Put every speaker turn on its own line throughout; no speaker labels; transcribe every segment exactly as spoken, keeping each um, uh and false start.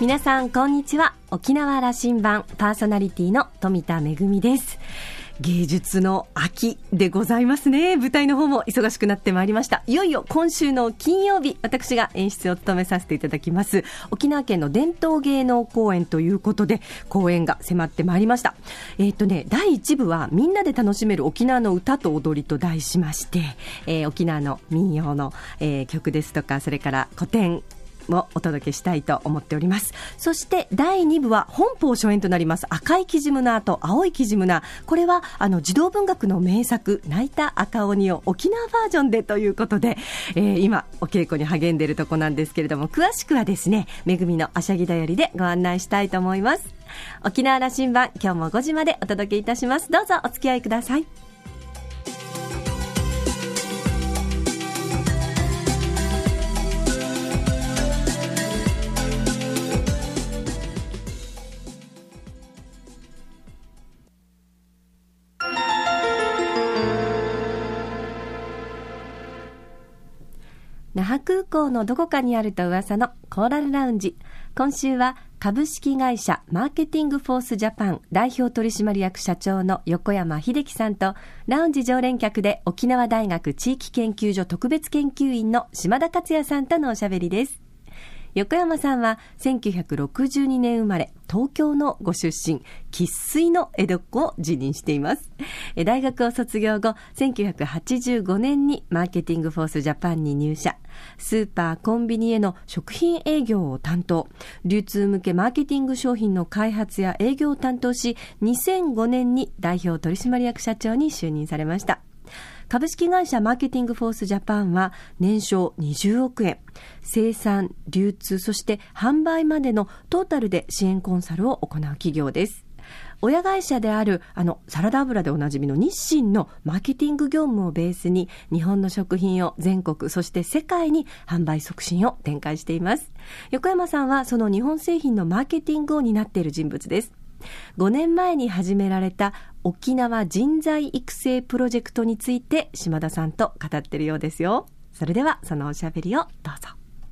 皆さんこんにちは。沖縄羅針盤パーソナリティの富田恵です。芸術の秋でございますね。舞台の方も忙しくなってまいりました。いよいよ今週の金曜日、私が演出を務めさせていただきます沖縄県の伝統芸能公演ということで、公演が迫ってまいりました。えーとね、だいいち部はみんなで楽しめる沖縄の歌と踊りと題しまして、えー、沖縄の民謡の、えー、曲ですとか、それから古典をお届けしたいと思っております。そしてだいに部は本邦初演となります赤いキジムナーと青いキジムナー。これはあの児童文学の名作泣いた赤鬼を沖縄バージョンでということで、えー、今お稽古に励んでいるとこなんですけれども、詳しくはですね、めぐみのあしゃぎだよりでご案内したいと思います。沖縄羅針盤、今日もごじまでお届けいたします。どうぞお付き合いください。那覇空港のどこかにあると噂のコーラルラウンジ。今週は株式会社マーケティングフォースジャパン代表取締役社長の横山秀樹さんと、ラウンジ常連客で沖縄大学地域研究所特別研究員の島田克也さんとのおしゃべりです。横山さんはせんきゅうひゃくろくじゅうにねん生まれ、東京のご出身、生粋の江戸っ子を自認しています。大学を卒業後、せんきゅうひゃくはちじゅうごねんにマーケティングフォースジャパンに入社。スーパーコンビニへの食品営業を担当、流通向けマーケティング商品の開発や営業を担当し、にせんごねんに代表取締役社長に就任されました。株式会社マーケティングフォースジャパンは年商にじゅうおくえん、生産、流通、そして販売までのトータルで支援コンサルを行う企業です。親会社であるあのサラダ油でおなじみの日清のマーケティング業務をベースに、日本の食品を全国そして世界に販売促進を展開しています。横山さんはその日本製品のマーケティングを担っている人物です。ごねんまえに始められた沖縄人材育成プロジェクトについて島田さんと語っているようですよ。それではそのおしゃべりをどうぞ。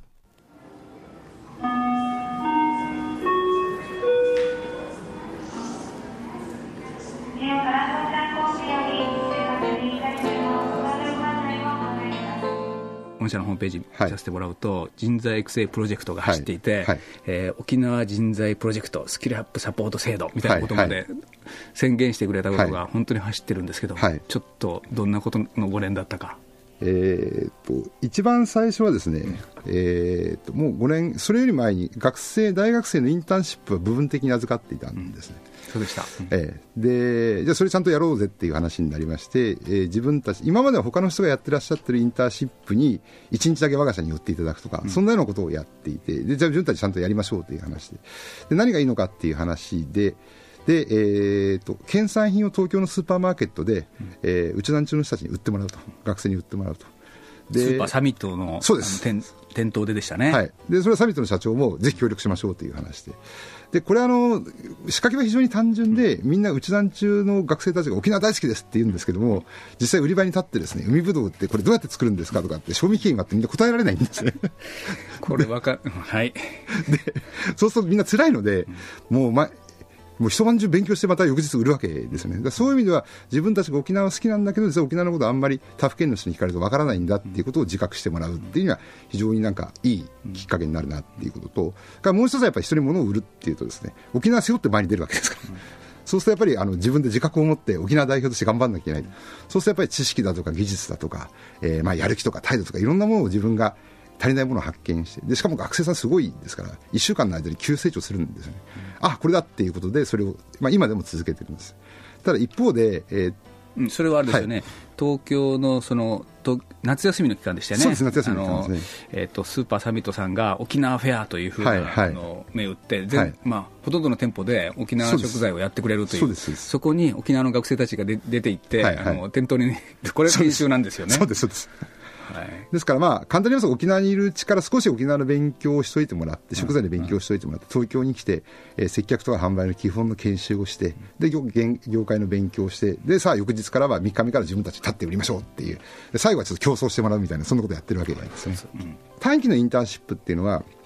御社のホームページ見させてもらうと、はい、人材育成プロジェクトが走っていて、はいはい、えー、沖縄人材プロジェクトスキルアップサポート制度みたいなことまで宣言してくれたことが本当に走ってるんですけど、はい、ちょっとどんなことのご連だったか。
えー、と一番最初はですね、えー、ともうごねん、それより前に学生大学生のインターンシップは部分的に預かっていたんですね、
うん、そうでした、うん、
えー、でじゃあそれちゃんとやろうぜっていう話になりまして、えー、自分たち今までは他の人がやってらっしゃってるインターンシップにいちにちだけ我が社に寄っていただくとか、うん、そんなようなことをやっていて、でじゃあ自分たちちゃんとやりましょうという話 で, で何がいいのかっていう話でで、えー、と県産品を東京のスーパーマーケットで、うん、えー、うちなんちゅうの人たちに売ってもらうと、学生に売ってもらうと。
でスーパーサミットの
そうです
店, 店頭ででしたね、
はい、でそれはサミットの社長もぜひ協力しましょうという話で、でこれあの仕掛けは非常に単純で、みんなうちなん中の学生たちが沖縄大好きですって言うんですけども、実際売り場に立ってですね、海ぶどうってこれどうやって作るんですかとかって賞味期限があってみんな答えられないんですね
これわかはいで
そうするとみんな辛いので、うん、もう前もう一晩中勉強してまた翌日売るわけですね。だからそういう意味では自分たちが沖縄好きなんだけど、実は沖縄のことはあんまり他府県の人に聞かれるとわからないんだっていうことを自覚してもらうっていうのは非常になんかいいきっかけになるなっていうことと、からもう一つはやっぱり人に物を売るっていうとですね、沖縄背負って前に出るわけですから、うん、そうするとやっぱりあの自分で自覚を持って沖縄代表として頑張らなきゃいけない、うん、そうするとやっぱり知識だとか技術だとか、えー、まあやる気とか態度とかいろんなものを自分が足りないものを発見して、でしかも学生さんすごいですからいっしゅうかんの間に急成長するんですよね、うん、あこれだっていうことでそれを、まあ、今でも続けてるんです。ただ一方で、えー
うん、それはあれですよね、はい、東京のそのと夏休みの期間でしたよね。
そうです、夏休みの期間ですね。
えー、とスーパーサミットさんが沖縄フェアというふうな、はいはい、あの銘打って、はい、まあ、ほとんどの店舗で沖縄食材をやってくれるという、 そうです、そうです。そこに沖縄の学生たちがで出て行って、はいはい、あの店頭にこれが研修なんですよね。
そうです、そうです。はい、ですからまあ簡単に言いますと、沖縄にいるうちから少し沖縄の勉強をしといてもらって、食材の勉強をしといてもらって、東京に来て、えー、接客とか販売の基本の研修をして、で 業, 業界の勉強をして、でさあ翌日からはみっかめから自分たち立って売りましょうっていう、で最後はちょっと競争してもらうみたいな、そんなことやってるわけなんですね。短期のインターンシップっていうのは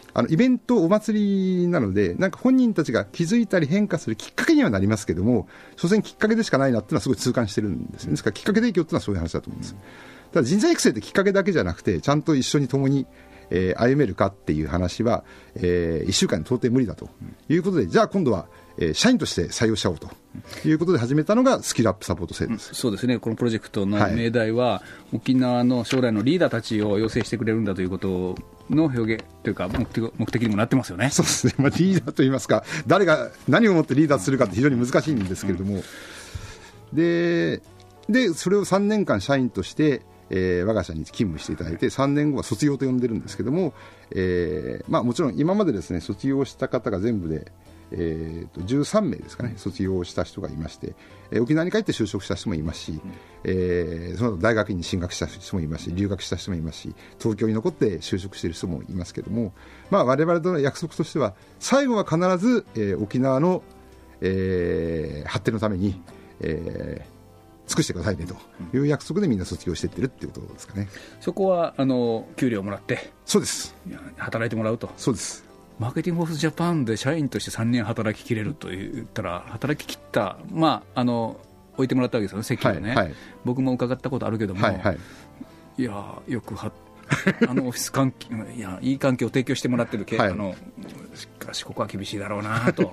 あのイベント、お祭りなので、なんか本人たちが気づいたり変化するきっかけにはなりますけども、所詮きっかけでしかないなっていうのはすごい痛感してるんですね。ですからきっかけ提供っていうのはそういう話だと思うんです。ただ人材育成ってきっかけだけじゃなくて、ちゃんと一緒に共に、えー、歩めるかっていう話は、えー、いっしゅうかんに到底無理だということで、じゃあ今度は、えー、社員として採用しちゃおうということで始めたのがスキルアップサポート制度です、
うん、そうですね。このプロジェクトの命題は、はい、沖縄の将来のリーダーたちを養成してくれるんだということの表現というか目的、目的にもなってますよね。
そうですね、まあ、リーダーといいますか、誰が何をもってリーダーするかって非常に難しいんですけれども、うん、で, でそれをさんねんかん社員としてえー、我が社に勤務していただいて、さんねんごは卒業と呼んでるんですけども、えーまあ、もちろん今までですね、卒業した方が全部で、えー、とじゅうさんめいですかね、卒業した人がいまして、えー、沖縄に帰って就職した人もいますし、えー、その大学院に進学した人もいますし、留学した人もいますし、東京に残って就職している人もいますけども、まあ、我々との約束としては、最後は必ず、えー、沖縄の、えー、発展のために、えー尽くしてくださいねという約束でみんな卒業していってるっていうことですかね。
そこはあの給料をもらって、
そうです、
働いてもらうと。
そうです。
マーケティングフォースジャパンで社員としてさんねん働ききれると言ったら、働ききった、まあ、あの置いてもらったわけですよね、席をね、はいはい、僕も伺ったことあるけども、はいはい、いやよくはあのオフィス環境いやいい環境を提供してもらってるけ、はい、あのしかしここは厳しいだろうなと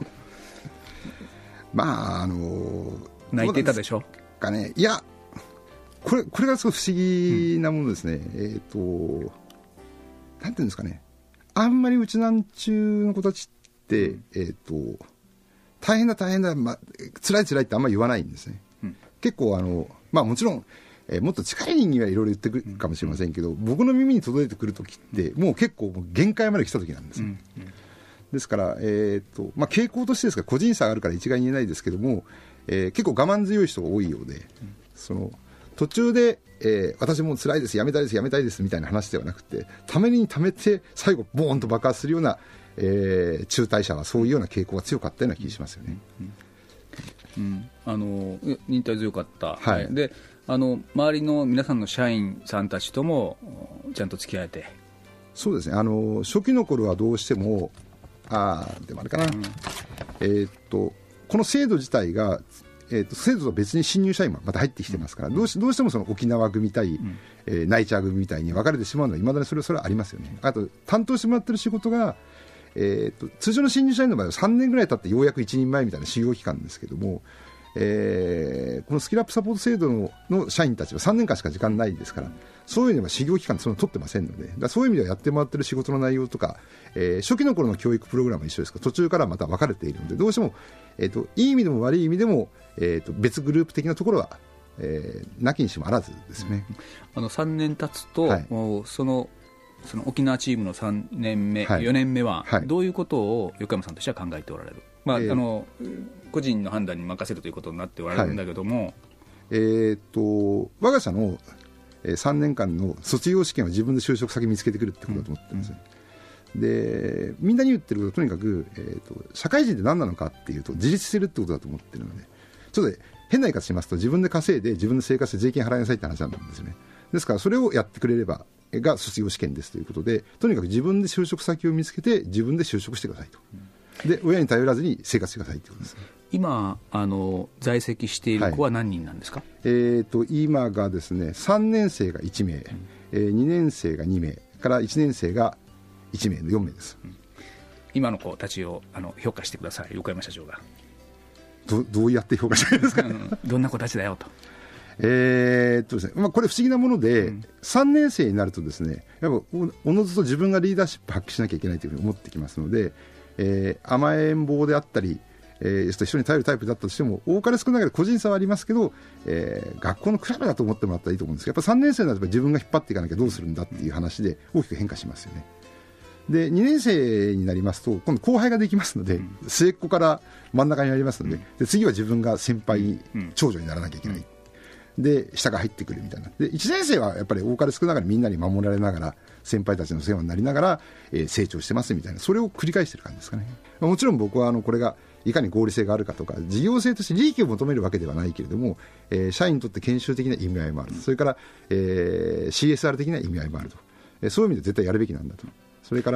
まああの
泣いていたでしょ
かね。いやこれこれがすごい不思議なものですね、うん、えっ、ー、となんていうんですかね、あんまりうちなんちゅうの子たちって、うん、えっ、ー、と大変だ大変だ、ま、辛い辛いってあんまり言わないんですね、うん、結構あの、まあ、もちろん、えー、もっと近い人間はいろいろ言ってくるかもしれませんけど、うん、僕の耳に届いてくるときってもう結構限界まで来たときなんですね、うんうん、ですから、えーとまあ、傾向としてですから個人差があるから一概に言えないですけども、えー、結構我慢強い人が多いようで、うん、その途中で、えー、私も辛いです、やめたいです、やめたいですみたいな話ではなくて、ためにためて最後ボーンと爆発するような、えー、中退者はそういうような傾向が強かったような気がしますよね、
うんうん、あの忍耐強かった、はい、であの周りの皆さんの社員さんたちともちゃんと付き合えて。
そうですね、あの初期の頃はどうしてもあでもあれかな、うん、えー、っとこの制度自体が、えー、と制度と別に新入社員もまた入ってきてますから、うん、どうし、どうしてもその沖縄組対、うんえー、ナイチャー組みたいに分かれてしまうのはいまだにそれ、それはありますよね。あと担当してもらってる仕事が、えー、と通常の新入社員の場合はさんねんぐらい経ってようやく一人前みたいな修行期間ですけども、えー、このスキルアップサポート制度 の, の社員たちはさんねんかんしか時間ないですから、そういう意味では修行期間その取ってませんので、だそういう意味ではやってもらってる仕事の内容とか、えー、初期の頃の教育プログラムは一緒ですが、途中からまた分かれているので、どうしても、えー、といい意味でも悪い意味でも、えー、と別グループ的なところは、えー、なきにしもあらずですね。
あのさんねん経つと、はい、そのその沖縄チームのさんねんめ、はい、よねんめはどういうことを横山さんとしては考えておられる、まあえー、あの個人の判断に任せるということになっておられるんだけども、はい、
えー、と我が社のさんねんかんの卒業試験は自分で就職先見つけてくるってことだと思ってるんですよ、うん、でみんなに言ってることはとにかく、えー、と社会人って何なのかっていうと自立してるってことだと思ってるので、ちょっと変な言い方しますと自分で稼いで自分で生活して税金払いなさいって話なんですよね。ですからそれをやってくれればが卒業試験ですということで、とにかく自分で就職先を見つけて自分で就職してくださいと、うん、で親に頼らずに生活してくださいということです、ね、
今あの在籍している子は何人なんですか？はい、
えー、と今がですねさんねん生がいちめい、うんえー、にねん生がにめいからいちねん生がいちめいのよんめいです、うん、
今の子たちをあの評価してください、横山社長が。
ど, どうやって評価したいですか、うん、
どんな子たちだよと。
えーっとですねまあ、これ不思議なもので、うん、さんねん生になるとですねやっぱお, おのずと自分がリーダーシップ発揮しなきゃいけないというふうに思ってきますので、えー、甘えん坊であったり、えー、人に頼るタイプだったとしても多かれ少なかれ個人差はありますけど、えー、学校のクラブだと思ってもらったらいいと思うんですけど、やっぱさんねん生になれば自分が引っ張っていかなきゃどうするんだっていう話で大きく変化しますよね。でにねん生になりますと今度後輩ができますので、うん、末っ子から真ん中になりますので、うん、で次は自分が先輩、うん、長女にならなきゃいけない、うんで下が入ってくるみたいな。でいちねん生はやっぱり多かれ少なかれみんなに守られながら先輩たちの世話になりながら、えー、成長してますみたいな、それを繰り返している感じですかね。もちろん僕はあのこれがいかに合理性があるかとか事業性として利益を求めるわけではないけれども、えー、社員にとって研修的な意味合いもある、それから、えー、シーエスアール 的な意味合いもあると、えー、そういう意味で絶対やるべきなんだと。それから、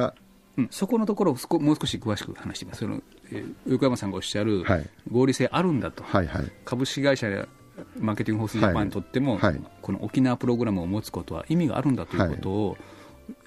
うん、そこのところをもう少し詳しく話してみます。その、えー、横山さんがおっしゃる、はい、合理性あるんだと、はいはい、株式会社やマーケティングフォースジャパンにとっても、はいはい、この沖縄プログラムを持つことは意味があるんだということを、はい、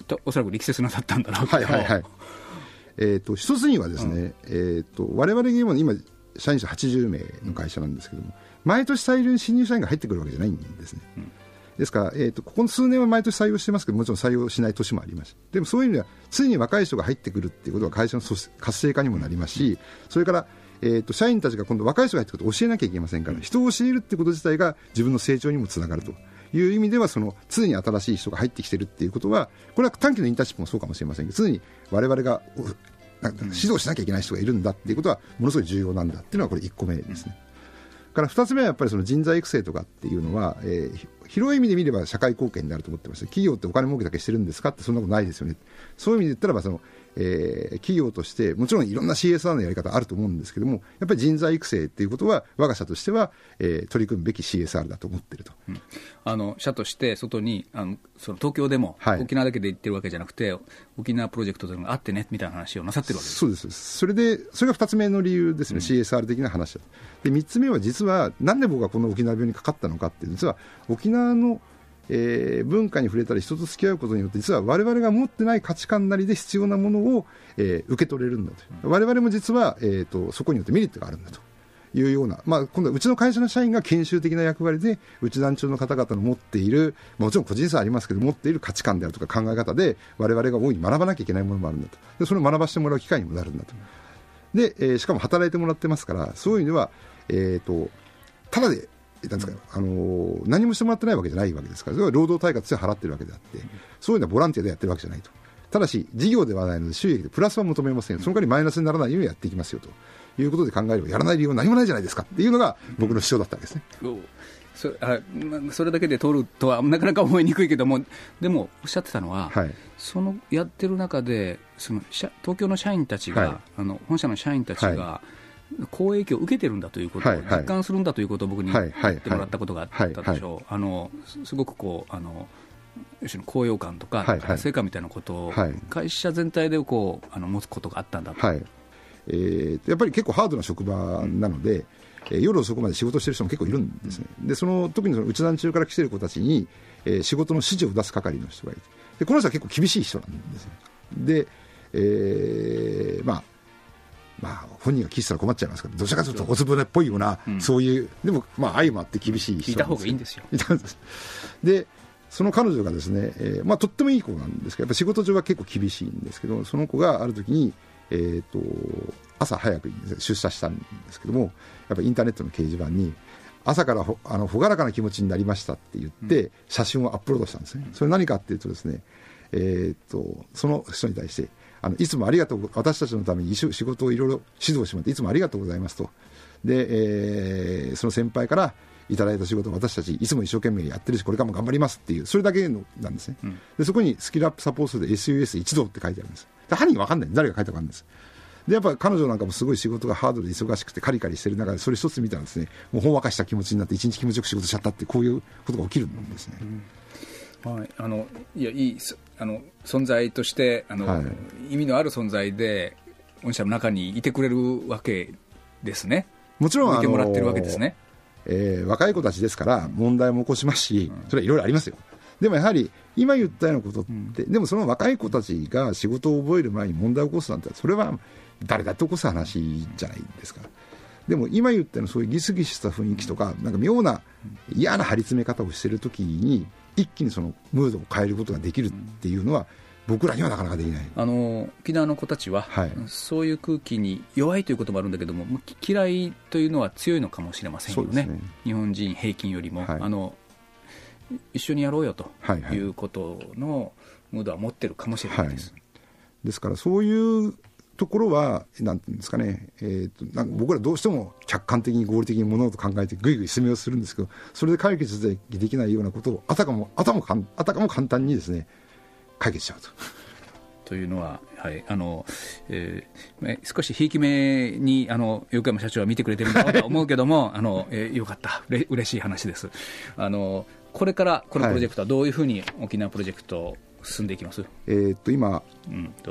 とおそらく力説なさったんだろうけど、はいはいはい、
えー、と一つにはですね、うん、えー、と我々ゲームは今社員数はちじゅうめいの会社なんですけども、毎年大量に新入社員が入ってくるわけじゃないんですね、うん、ですから、えー、とここの数年は毎年採用してますけど、もちろん採用しない年もあります。でもそういう意味では常に若い人が入ってくるっていうことは会社の活性化にもなりますし、それから、えー、と社員たちが今度若い人が入ってくると教えなきゃいけませんから、人を教えるってこと自体が自分の成長にもつながるという意味では、その常に新しい人が入ってきてるっていうことは、これは短期のインターンシップもそうかもしれませんけど、常に我々がなんか指導しなきゃいけない人がいるんだっていうことはものすごい重要なんだっていうのはこれいっこめですね。からふたつめはやっぱりその人材育成とかっていうのは、えー、広い意味で見れば社会貢献になると思ってました。企業ってお金儲けだけしてるんですかって、そんなことないですよね。そういう意味で言ったらばその、えー、企業としてもちろんいろんな シーエスアール のやり方あると思うんですけども、やっぱり人材育成っていうことは我が社としては、えー、取り組むべき シーエスアール だと思っていると、
うん、あの社として外にあのその東京でも、はい、沖縄だけで言ってるわけじゃなくて、沖縄プロジェクトというのがあってねみたいな話をなさってるわけです。
そうです。それでそれがふたつめの理由ですね、うん、シーエスアール 的な話だ。でみっつめは実はなんで僕がこの沖縄病にかかったのかって、実は沖縄のえー、文化に触れたり人と付き合うことによって、実は我々が持ってない価値観なりで必要なものを、えー、受け取れるんだと、うん、我々も実は、えーと、そこによってメリットがあるんだというような、まあ、今度はうちの会社の社員が研修的な役割で、うち団長の方々の持っている、もちろん個人差ありますけど、持っている価値観であるとか考え方で我々が大いに学ばなきゃいけないものもあるんだと。でそれを学ばせてもらう機会にもなるんだと。で、えー、しかも働いてもらってますから、そういう意味では、えーと、ただでなんですか、あのー、何もしてもらってないわけじゃないわけですから、それは労働対価として払ってるわけであって、そういうのはボランティアでやってるわけじゃないと。ただし事業ではないので収益でプラスは求めません。その代わりマイナスにならないようにやっていきますよということで考えれば、やらない理由は何もないじゃないですかっていうのが僕の主張だったわけですね。
そ, あそれだけで通るとはなかなか思いにくいけども、でもおっしゃってたのは、はい、そのやってる中でその東京の社員たちが、はい、あの本社の社員たちが、はい好影響を受けてるんだということを実感するんだということを僕に言ってもらったことがあったでしょう。あのすごくこうあの高揚感とか達成感みたいなことを会社全体でこうあの持つことがあったんだと、はい
えー、やっぱり結構ハードな職場なので、うん、夜遅くまで仕事してる人も結構いるんですね。でその特にその内団中から来てる子たちに、えー、仕事の指示を出す係の人がいて、でこの人は結構厳しい人なんですね。で、えー、まあまあ、本人が聞いてたら困っちゃいますから、どちらかというとおつぶれっぽいような、うん、そういうでもまあ相もあって厳しい人なんです。聞い
た方がいいんですよ。
でその彼女がですね、えーまあ、とってもいい子なんですけど、やっぱ仕事上は結構厳しいんですけど、その子がある時に、えー、と朝早くに出社したんですけども、やっぱりインターネットの掲示板に朝からほあの朗らかな気持ちになりましたって言って写真をアップロードしたんですね。それ何かっていうとですね、えー、とその人に対してあのいつもありがとう、私たちのために仕事をいろいろ指導してもらっていつもありがとうございますと。で、えー、その先輩からいただいた仕事を私たちいつも一生懸命やってるし、これからも頑張りますっていう、それだけのなんですね、うん、でそこにスキルアップサポートで エスユーエス 一同って書いてあるんです。で犯人分かんない、誰が書いたか分かんないです。でやっぱ彼女なんかもすごい仕事がハードで忙しくてカリカリしてる中で、それ一つ見たらですね、もうほんわかした気持ちになって一日気持ちよく仕事しちゃったって、こういうことが起きるんですね。
うん、はい、あのいやいいあの存在としてあの、はい、意味のある存在で御社の中にいてくれるわけですね。
もちろん
いてもらってるわけですね。
えー、若い子たちですから問題も起こしますし、それはいろいろありますよ。でもやはり今言ったようなことって、うん、でもその若い子たちが仕事を覚える前に問題を起こすなんて、それは誰だって起こす話じゃないですか。でも今言ったようなそういうギスギスした雰囲気とか、なんか妙な嫌な張り詰め方をしているときに一気にそのムードを変えることができるっていうのは、僕らにはなかなかできない。
あの沖縄の子たちは、はい、そういう空気に弱いということもあるんだけども、嫌いというのは強いのかもしれませんよ ね, ね日本人平均よりも、はい、あの一緒にやろうよということのムードは持ってるかもしれないです、はいはい、
ですからそういうところはなんていうんですかね、えー、となんか僕らどうしても客観的に合理的に物事を考えてぐいぐい進めをするんですけど、それで解決できないようなことをあたかもあたもかんあたかも簡単にですね解決しちゃうと。
というのは、はいあのえー、少しひいき目にあの横山社長は見てくれてるんだろうと思うけどもあの、えー、よかった、うれ嬉しい話です。あのこれからこのプロジェクトはどういうふうに沖縄プロジェクト進んでいきます？
はい、えー、っと今、
うん、どうぞ。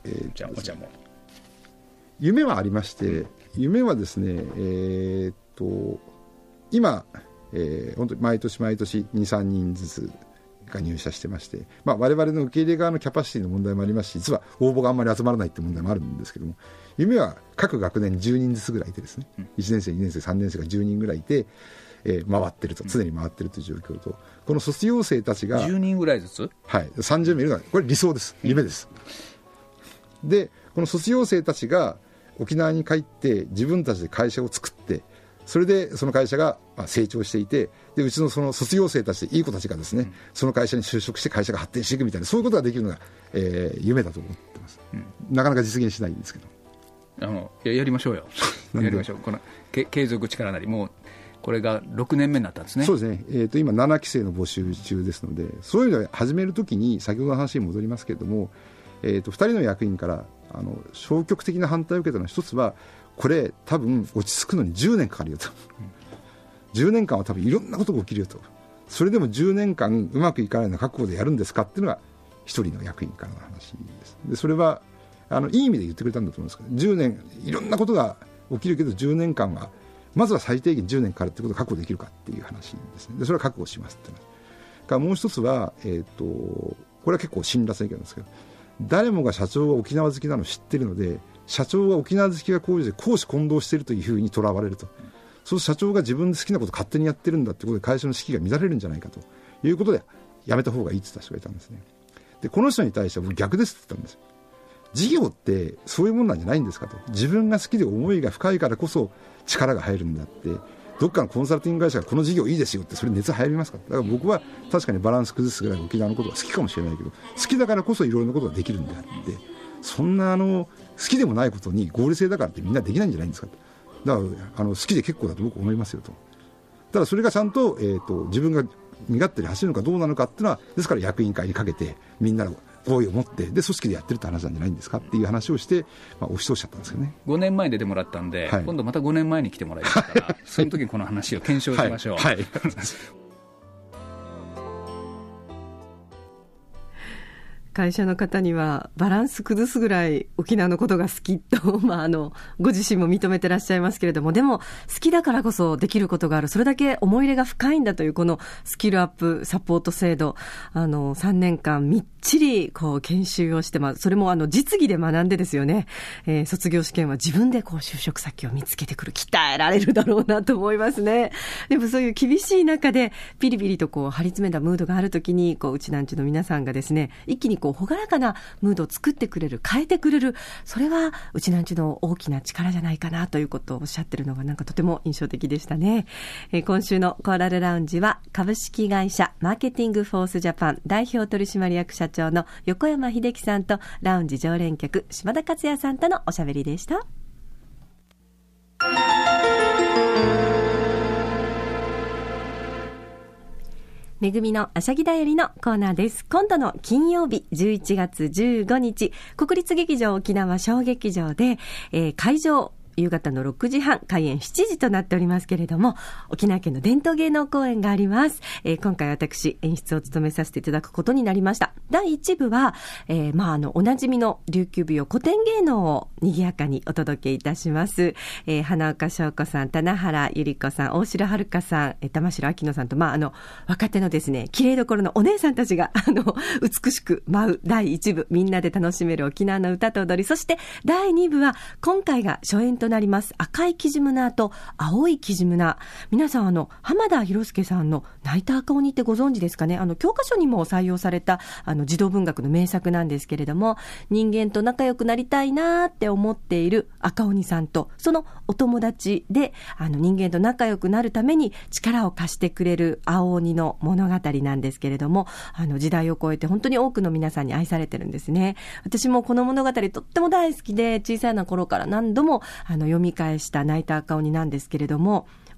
えー、
じゃあお茶も
夢はありまして、夢はですね、えー、っと今、えー、本当に毎年毎年に、さんにんずつが入社してまして、まあ、我々の受け入れ側のキャパシティの問題もありますし、実は応募があんまり集まらないって問題もあるんですけども、夢は各学年じゅうにんずつぐらいいてですね、うん、いちねん生、にねん生、さんねん生がじゅうにんぐらいいて、えー、回ってると、常に回ってるという状況と、この卒業生たちが
じゅうにんぐらいずつ、
はい、さんじゅうめいいるのがこれ理想です、夢です、うん、でこの卒業生たちが沖縄に帰って自分たちで会社を作って、それでその会社が成長していて、でうちのその卒業生たちでいい子たちがですね、うん、その会社に就職して会社が発展していくみたいな、そういうことができるのが、えー、夢だと思ってます、うん、なかなか実現しないんですけど、
あの や, やりましょうよやりましょう。このけ継続力なり、もうこれがろくねんめになったんですね。
そうですね、えー、と今ななきせいの募集中ですので、そういうのを始めるときに先ほどの話に戻りますけれども、えー、とふたりの役員からあの消極的な反対を受けたのは、一つはこれ多分落ち着くのにじゅうねんかかるよと、うん、じゅうねんかんは多分いろんなことが起きるよと、それでもじゅうねんかんうまくいかないの覚悟でやるんですかっていうのが一人の役員からの話です。でそれはあのいい意味で言ってくれたんだと思うんですけど、じゅうねんいろんなことが起きるけどじゅうねんかんはまずは最低限じゅうねんかかるってことを確保できるかっていう話ですね。でそれは覚悟しますって話から、もう一つは、えー、とこれは結構辛辣な意見なんですけど、誰もが社長が沖縄好きなのを知っているので、社長が沖縄好きが高じて公私混同しているというふうにとらわれると、そう社長が自分で好きなことを勝手にやってるんだということで会社の士気が乱れるんじゃないかということでやめた方がいいって言った人がいたんですね。でこの人に対しては僕逆ですって言ったんですよ。事業ってそういうもんなんじゃないんですかと、自分が好きで思いが深いからこそ力が入るんだって、どっかのコンサルティング会社がこの事業いいですよってそれ熱入りますか。だから僕は確かにバランス崩すぐらい沖縄のことが好きかもしれないけど、好きだからこそいろいろなことができるんであって、そんなあの好きでもないことに合理性だからってみんなできないんじゃないんですかと。だからあの好きで結構だと僕思いますよと。ただそれがちゃんと、えーと自分が身勝手に走るのかどうなのかっていうのは、ですから役員会にかけてみんなの合意を持ってで組織でやってるって話なんじゃないんですかっていう話をして、まあ、押し通しちゃったんですけどね。
ごねんまえに出てもらったんで、はい、今度またごねんまえに来てもらいますから、はい、その時にこの話を検証しましょう。はいはい
会社の方にはバランス崩すぐらい沖縄のことが好きと、まあ、あのご自身も認めてらっしゃいますけれども、でも好きだからこそできることがある、それだけ思い入れが深いんだというこのスキルアップサポート制度、あのさんねんかんみっちりこう研修をして、まあ、それもあの実技で学んでですよね、えー、卒業試験は自分でこう就職先を見つけてくる、鍛えられるだろうなと思いますね。でもそういう厳しい中でピリピリとこう張り詰めたムードがあるときに、こううちなんちの皆さんがですね、一気にこう朗らかなムードを作ってくれる、変えてくれる、それはうちなんちの大きな力じゃないかなということをおっしゃってるのがなんかとても印象的でしたね。えー、今週のコーラルラウンジは株式会社マーケティングフォースジャパン代表取締役社長の横山秀樹さんとラウンジ常連客島田克也さんとのおしゃべりでした。めぐみのあしゃぎだよりのコーナーです。今度の金曜日じゅういちがつじゅうごにち、国立劇場沖縄小劇場で、えー、会場夕方のろくじはん、開演しちじとなっておりますけれども、沖縄県の伝統芸能公演があります。えー、今回私演出を務めさせていただくことになりました。だいいち部は、えー、まああのおなじみの琉球舞踊古典芸能を賑やかにお届けいたします。えー、花岡翔子さん、棚原ゆり子さん、大城遥さん、えー、玉城明乃さんと、まああの若手のですね、綺麗どころのお姉さんたちがあの美しく舞うだいいち部、みんなで楽しめる沖縄の歌と踊り、そしてだいに部は今回が初演となります赤いキジムナーと青いキジムナー。皆さんあの浜田博介さんの泣いた赤鬼ってご存知ですかね。あの教科書にも採用されたあの児童文学の名作なんですけれども、人間と仲良くなりたいなって思っている赤鬼さんとそのお友達で、あの人間と仲良くなるために力を貸してくれる青鬼の物語なんですけれども、あの時代を超えて本当に多くの皆さんに愛されてるんですね。私もこの物語とっても大好きで、小さいな頃から何度もあの読み返した泣いた赤鬼なんですけれども、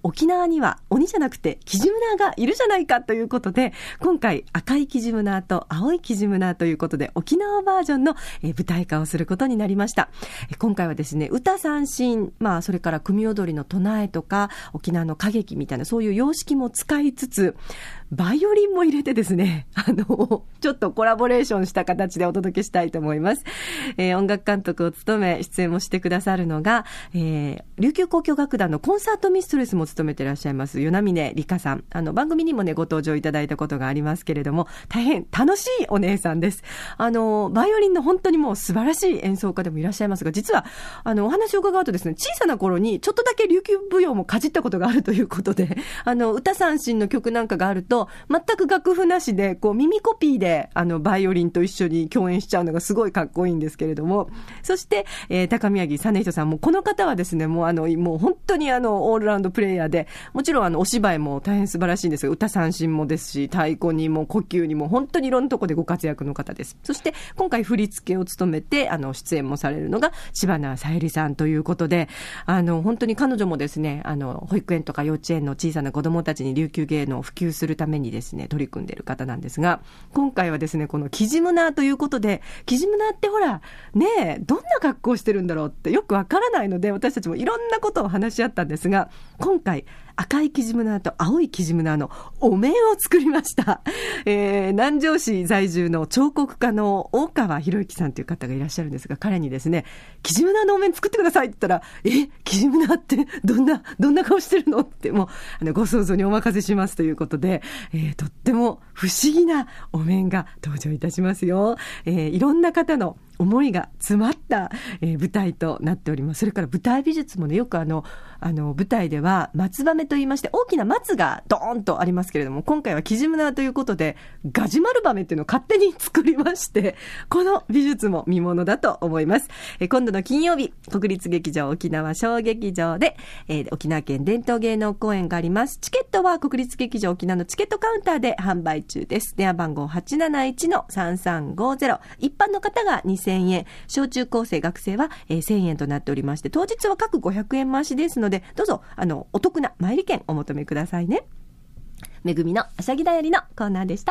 沖縄には鬼じゃなくてキジムナーがいるじゃないかということで、今回赤いキジムナーと青いキジムナーということで沖縄バージョンの舞台化をすることになりました。今回はですね、歌三線、まあそれから組踊りの唱えとか沖縄の歌劇みたいなそういう様式も使いつつ、バイオリンも入れてですね、あのちょっとコラボレーションした形でお届けしたいと思います。えー、音楽監督を務め出演もしてくださるのが、えー、琉球交響楽団のコンサートミストレスも務めていらっしゃいます与那嶺理香さん。あの番組にもねご登場いただいたことがありますけれども、大変楽しいお姉さんです。あのバイオリンの本当にもう素晴らしい演奏家でもいらっしゃいますが、実はあのお話を伺うとですね、小さな頃にちょっとだけ琉球舞踊もかじったことがあるということで、あの歌三線の曲なんかがあると全く楽譜なしでこう耳コピーであのバイオリンと一緒に共演しちゃうのがすごいかっこいいんですけれども、そして、えー、高宮城実人さんも、この方はですね、もうあのもう本当にあのオールラウンドプレイヤーで、もちろんあのお芝居も大変素晴らしいんですが、歌三線もですし、太鼓にも呼吸にも本当にいろんなところでご活躍の方です。そして今回振り付けを務めてあの出演もされるのが知花さゆりさんということで、あの本当に彼女もですね、あの保育園とか幼稚園の小さな子どもたちに琉球芸能を普及するためにですね取り組んでいる方なんですが、今回はですねこのキジムナーということで、キジムナーってほらねえどんな格好をしてるんだろうってよくわからないので、私たちもいろんなことを話し合ったんですが、今回赤いキジムナーと青いキジムナーのお面を作りました。えー、南城市在住の彫刻家の大川博之さんという方がいらっしゃるんですが、彼にですね、キジムナーのお面作ってくださいって言ったら、え、キジムナーってどんな、どんな顔してるのって、もうあのご想像にお任せしますということで、えー、とっても不思議なお面が登場いたしますよ。えー、いろんな方の思いが詰まった、えー、舞台となっております。それから舞台美術もね、よくあのあの舞台では松羽目と言いまして大きな松がドーンとありますけれども、今回はキジムナーということでガジュマルバメっていうのを勝手に作りまして、この美術も見ものだと思います。えー、今度の金曜日、国立劇場沖縄小劇場で、えー、沖縄県伝統芸能公演があります。チケットは国立劇場沖縄のチケットカウンターで販売中です。電話番号 はちなないちのさんさんごゼロ、一般の方がにせんえん、小中高生学生は、えー、せんえんとなっておりまして、当日は各ごひゃくえん増しですので、どうぞあのお得な参り券お求めくださいね。めぐみのあしゃぎだよりのコーナーでした。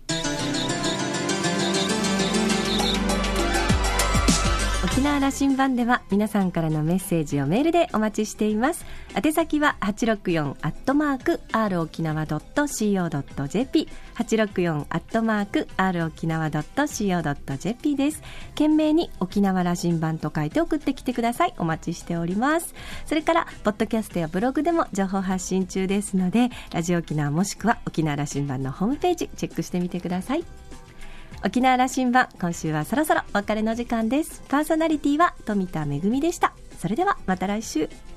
沖縄羅針盤では皆さんからのメッセージをメールでお待ちしています。宛先は はちろくよん アットマーク アール 沖縄 ドット シーオー ドット ジェーピー はちろくよん アットマーク アール 沖縄 ドット シーオー ドット ジェーピー です。懸命に沖縄羅針盤と書いて送ってきてください。お待ちしております。それからポッドキャストやブログでも情報発信中ですので、ラジオ沖縄もしくは沖縄羅針盤のホームページチェックしてみてください。沖縄羅針盤、今週はそろそろお別れの時間です。パーソナリティは富田恵でした。それではまた来週。